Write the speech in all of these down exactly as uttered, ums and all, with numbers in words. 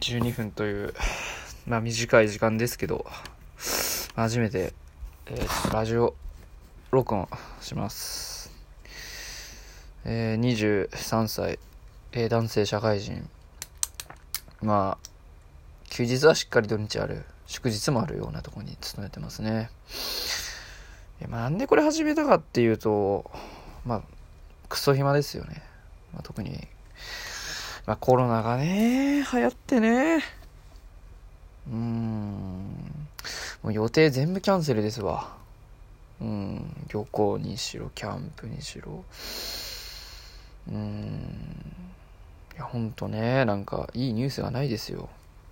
じゅうにふんという、まあ、短い時間ですけど、初めて、えー、ラジオ録音します。えー、にじゅうさんさい、えー、男性社会人。まあ休日はしっかり土日ある、祝日もあるようなところに勤めてますね。まあ、なんでこれ始めたかっていうと、まあクソ暇ですよね。まあ、特に、まあ、コロナがね流行ってね、うーんもう予定全部キャンセルですわ。うん旅行にしろキャンプにしろ、うーんいやほんとね、なんかいいニュースがないですよ。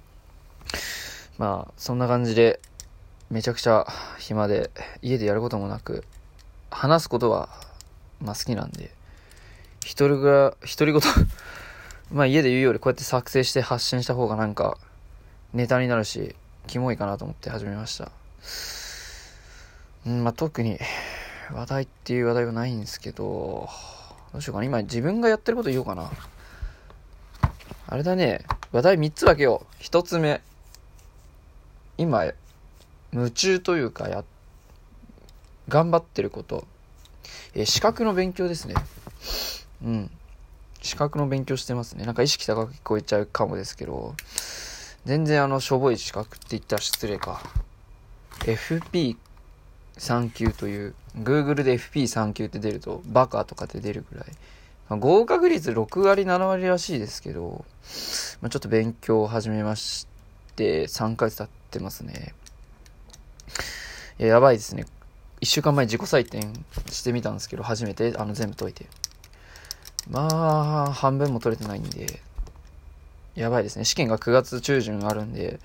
まあそんな感じでめちゃくちゃ暇で、家でやることもなく、話すことはまあ好きなんで、一人が独り言まあ家で言うよりこうやって作成して発信した方がなんかネタになるしキモいかなと思って始めました。うんまあ特に話題っていう話題はないんですけど、どうしようかな。今自分がやってること言おうかな。あれだね、話題みっつ分けよう。ひとつめ、今夢中というかや頑張ってること、えー、資格の勉強ですね。うん資格の勉強してますね。なんか意識高く聞こえちゃうかもですけど、全然あのしょぼい資格って言ったら失礼か。 エフピーさん 級という、 Google で エフピーさん 級って出るとバカとかって出るぐらい、まあ、合格率ろくわりななわりらしいですけど、まあ、ちょっと勉強を始めましてさんかげつ経ってますね。いややばいですね。いっしゅうかんまえ自己採点してみたんですけど、初めてあの全部解いて、まあ半分も取れてないんでやばいですね。試験がくがつちゅうじゅんあるんで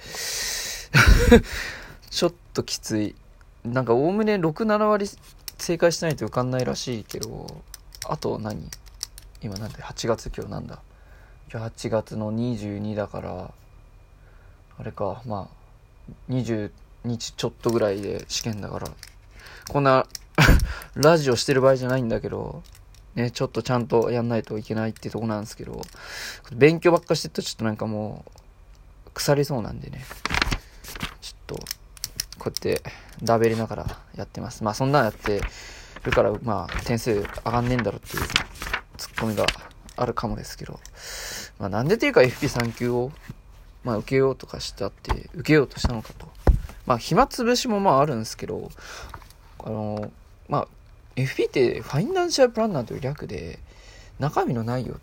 ちょっときつい。なんかおおむねろく、ななわり正解しないと受かんないらしいけど、あと何今なんではちがつ、今日なんだ今日はちがつのにじゅうにだから、あれか、まあにじゅうにちちょっとぐらいで試験だから、こんなラジオしてる場合じゃないんだけどね、ちょっとちゃんとやんないといけないってとこなんですけど、勉強ばっかしてるとちょっとなんかもう腐りそうなんでね、ちょっとこうやってだべりながらやってます。まあそんなんやってるからまあ点数上がんねえんだろっていうツッコミがあるかもですけど、まあなんでっていうか エフピーさん 級をまあ受けようとかしたって受けようとしたのかと。まあ暇つぶしもまああるんですけど、あのまあ エフピー ってファイナンシャルプランナーという略で、中身の内容って、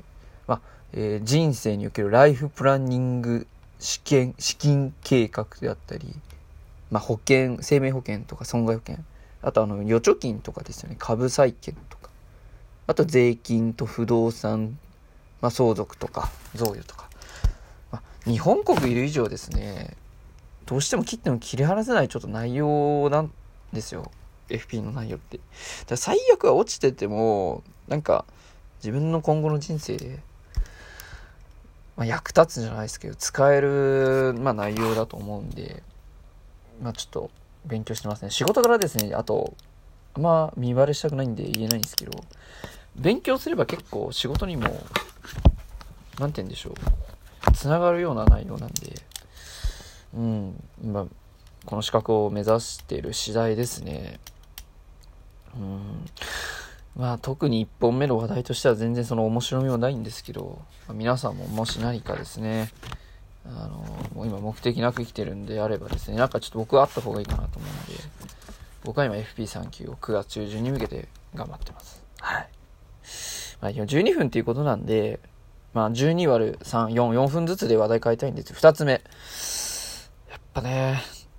まあえー、人生におけるライフプランニング、資金資金計画であったり、まあ、保険、生命保険とか損害保険、あとあの預貯金とかですよね、株債券とか、あと税金と不動産、まあ、相続とか贈与とか、まあ、日本国いる以上ですね、どうしても切っても切り離せないちょっと内容なんですよ、 エフピー の内容って。だから最悪は落ちててもなんか自分の今後の人生で、まあ、役立つんじゃないですけど使える、まあ、内容だと思うんで、まあちょっと勉強してますね。仕事からですね、あとあんま見バレしたくないんで言えないんですけど、勉強すれば結構仕事にもなんて言うんでしょう、つながるような内容なんで、うんまあこの資格を目指している次第ですね。うんまあ特にいっぽんめの話題としては全然その面白みはないんですけど、まあ、皆さんももし何かですね、あのもう今目的なく生きてるんであればですね、なんかちょっと僕はあった方がいいかなと思うので、僕は今 エフピーさん 級をくがつ中旬に向けて頑張ってます。はい。まあ、じゅうにふんっていうことなんで、まあじゅうにわるさん、よん、よんふんずつで話題変えたいんですよ。ふたつめ、やっぱね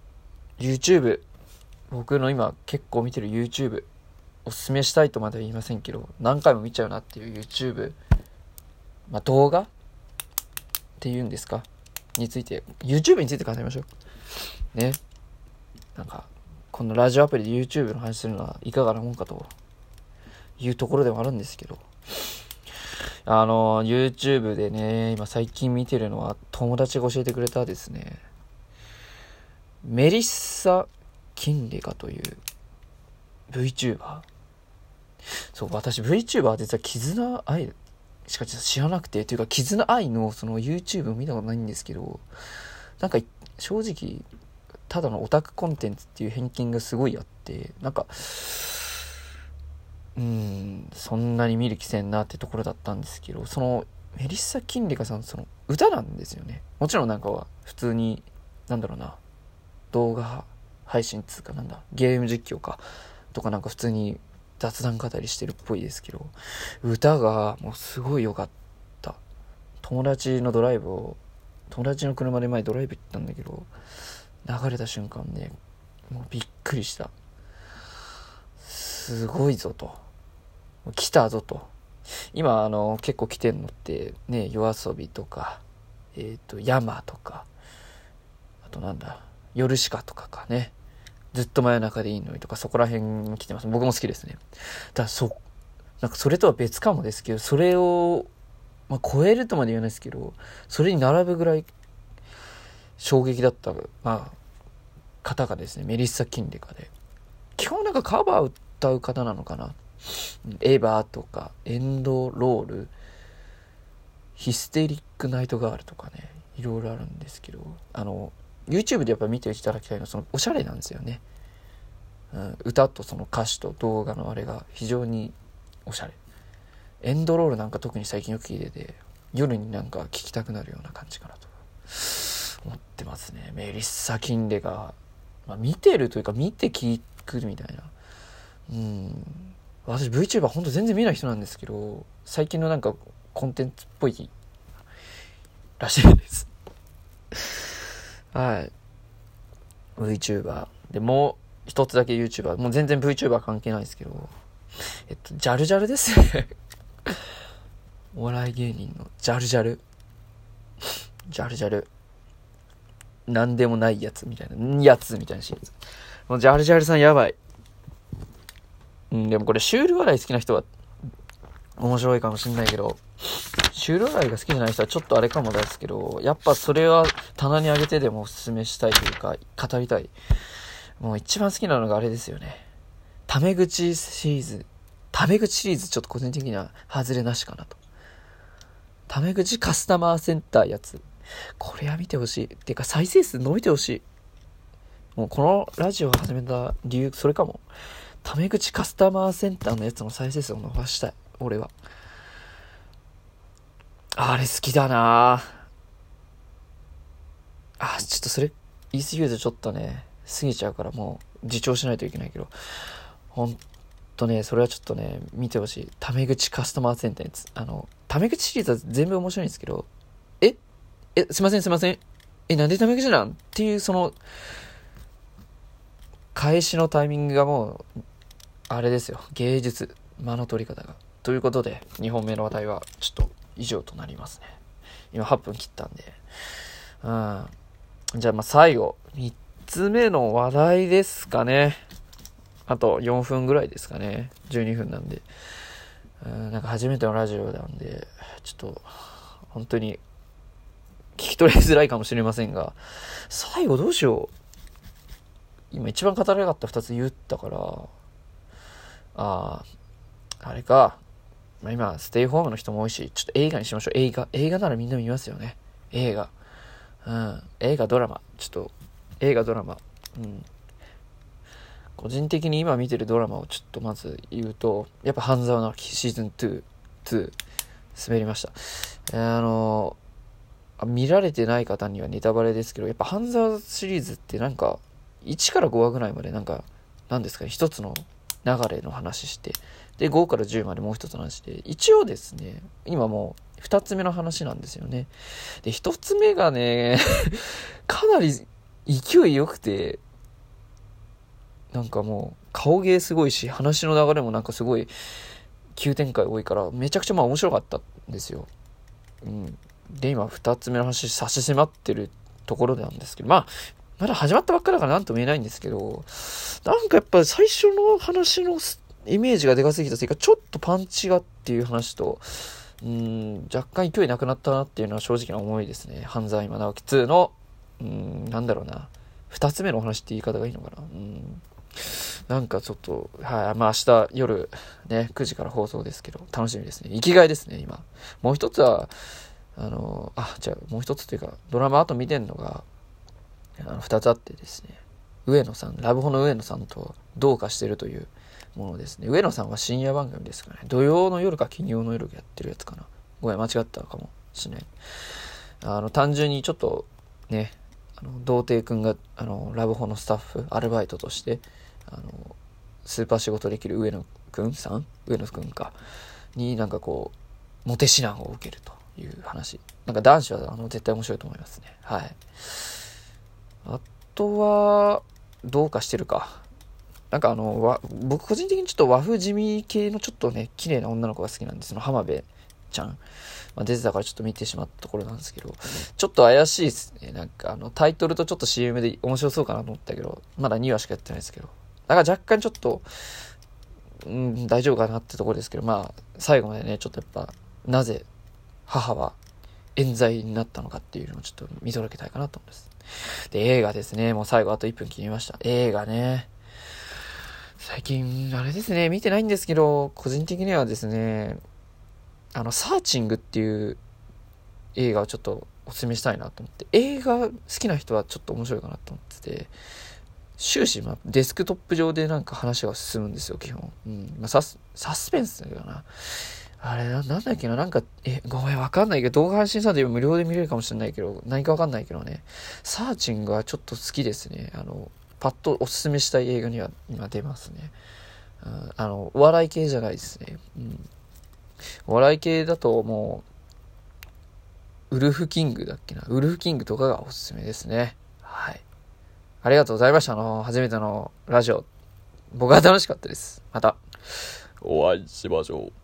YouTube、 僕の今結構見てる YouTube おすすめしたいとまでは言いませんけど、何回も見ちゃうなっていう YouTube、 まあ動画っていうんですかについて、 YouTube について語りましょうね。なんかこのラジオアプリで YouTube の話するのはいかがなもんかというところでもあるんですけど、あの YouTube でね今最近見てるのは、友達が教えてくれたですね、メリッサ・キンレガという VTuber。そう私 VTuber 実は絆愛しか知らなくて、というか絆愛のその YouTube を見たことないんですけど、なんか正直ただのオタクコンテンツっていう偏見がすごいあって、なんかうーんそんなに見る気せんなってところだったんですけど、そのメリッサ・キンレカさん、その歌なんですよね。もちろんなんかは普通になんだろうな、動画配信つうかなんだゲーム実況かとかなんか普通に雑談語りしてるっぽいですけど、歌がもうすごい良かった。友達のドライブを友達の車で前ドライブ行ったんだけど、流れた瞬間ね、もうびっくりした。すごいぞと、来たぞと。今あの結構来てんのってね、夜遊びとかえっと山とか、あとなんだヨルシカとかかね、ずっと真夜中でいいのにとか、そこら辺に来てます。僕も好きですね。だからそなんかそれとは別かもですけど、それを、まあ、超えるとまで言わないですけど、それに並ぶぐらい衝撃だった、まあ、方がですね、メリッサ・キンレカで、基本なんかカバー歌う方なのかな。エヴァとかエンドロール、ヒステリックナイトガールとかね、いろいろあるんですけど、あのYouTube でやっぱ見ていただきたいのはそのおしゃれなんですよね、うん、歌とその歌詞と動画のあれが非常におしゃれ。エンドロールなんか特に最近よく聞いてて、夜になんか聞きたくなるような感じかなと思ってますね。メリッサ・キンレが、まあ、見てるというか見て聞くみたいな。うん私 VTuber ほんと全然見ない人なんですけど、最近のなんかコンテンツっぽいらしいですはい。 VTuber でもう一つだけ YouTuber、 もう全然 VTuber 関係ないですけど、えっとジャルジャルですねお笑い芸人のジャルジャルジャルジャルなんでもないやつみたいなやつみたいなシリーズ。もうジャルジャルさんやばい。うん、でもこれシュール笑い好きな人は面白いかもしれないけど、シュール笑いが好きじゃない人はちょっとあれかもですけど、やっぱそれは棚に上げてでもおすすめしたいというか語りたい。もう一番好きなのがあれですよね、タメ口シリーズ。タメ口シリーズちょっと個人的には外れなしかなと。タメ口カスタマーセンターやつ、これは見てほしい。っていうか再生数伸びてほしい。もうこのラジオを始めた理由それかも。タメ口カスタマーセンターのやつの再生数を伸ばしたい俺は。あれ好きだなあ。ちょっとそれ言い過ぎるとちょっとね過ぎちゃうから、もう自重しないといけないけど、ほんとねそれはちょっとね見てほしい。タメ口カスタマーセンターのやつ、あのタメ口シリーズは全部面白いんですけど、ええすいませんすいませんえなんでタメ口なんっていうその返しのタイミングがもうあれですよ、芸術、間の取り方が。ということでにほんめの話題はちょっと以上となりますね。今はっぷん切ったんで、うん、じゃあまあ最後みっつめの話題ですかね。あとよんぷんぐらいですかね。じゅうにふんなんで、うん、なんか初めてのラジオなんでちょっと本当に聞き取りづらいかもしれませんが、最後どうしよう。今一番語らなかったふたつ言ったから、あああれか、まあ、今ステイホームの人も多いし、ちょっと映画にしましょう。映画映画ならみんな見ますよね。映画、うん映画ドラマ、ちょっと映画ドラマ、うん個人的に今見てるドラマをちょっとまず言うと、やっぱ半沢直樹シーズンに、に滑りました。えー、あの見られてない方にはネタバレですけど、やっぱ半沢シリーズってなんかいちからごわぐらいまでなんかなんですかね、一つの流れの話して、でごからじゅうまでもう一つの話で、一応ですね今もうふたつめの話なんですよね。でひとつめがねかなり勢い良くて、なんかもう顔芸すごいし、話の流れもなんかすごい急展開多いからめちゃくちゃまあ面白かったんですよ。うん、で今ふたつめの話差し迫ってるところなんですけど、まあまだ始まったばっかだから何とも言えないんですけど、なんかやっぱ最初の話のイメージがでかすぎたせいか、ちょっとパンチがっていう話と、うーん若干勢いなくなったなっていうのは正直な思いですね。半沢今直樹にのうーんなんだろうな、ふたつめのお話って言い方がいいのかな、うんなんかちょっと、はい、まあ明日夜ね、くじから放送ですけど、楽しみですね。生きがいですね、今。もう一つは、あの、あ、じゃあもう一つというか、ドラマあと見てんのが、あの二つあってですね、上野さん、ラブホの上野さんとどうかしてるというものですね。上野さんは深夜番組ですかね。土曜の夜か金曜の夜やってるやつかな。ごめん、間違ったかもしれない。あの、単純にちょっと、ね、あの、童貞くんが、あの、ラブホのスタッフ、アルバイトとして、あの、スーパー仕事できる上野くんさん上野くんか。になんかこう、モテ指南を受けるという話。なんか男子はあの絶対面白いと思いますね。はい。あとは、どうかしてるか。なんかあの、わ僕個人的にちょっと和風地味系のちょっとね、綺麗な女の子が好きなんです。その浜辺ちゃん。まあ、出てたからちょっと見てしまったところなんですけど、ちょっと怪しいですね。なんかあの、タイトルとちょっと シーエム で面白そうかなと思ったけど、まだにわしかやってないですけど。だから若干ちょっと、うん、大丈夫かなってところですけど、まあ、最後までね、ちょっとやっぱ、なぜ母は冤罪になったのかっていうのをちょっと見届けたいかなと思います。で、映画ですね。もう最後あといっぷん切りました。映画ね。最近、あれですね、見てないんですけど、個人的にはですね、あの、サーチングっていう映画をちょっとお勧めしたいなと思って、映画好きな人はちょっと面白いかなと思ってて、終始、まあ、デスクトップ上でなんか話が進むんですよ、基本。うん。まあ、サス、サスペンスだよな。あれな、なんだっけな、なんか、え、ごめん、わかんないけど、動画配信サービス無料で見れるかもしれないけど、何かわかんないけどね、サーチングはちょっと好きですね。あの、パッとおすすめしたい映画には今出ますね。うん、あの、お笑い系じゃないですね。うん。お笑い系だともう、ウルフキングだっけな。ウルフキングとかがおすすめですね。はい。ありがとうございました。あの、初めてのラジオ。僕は楽しかったです。また、お会いしましょう。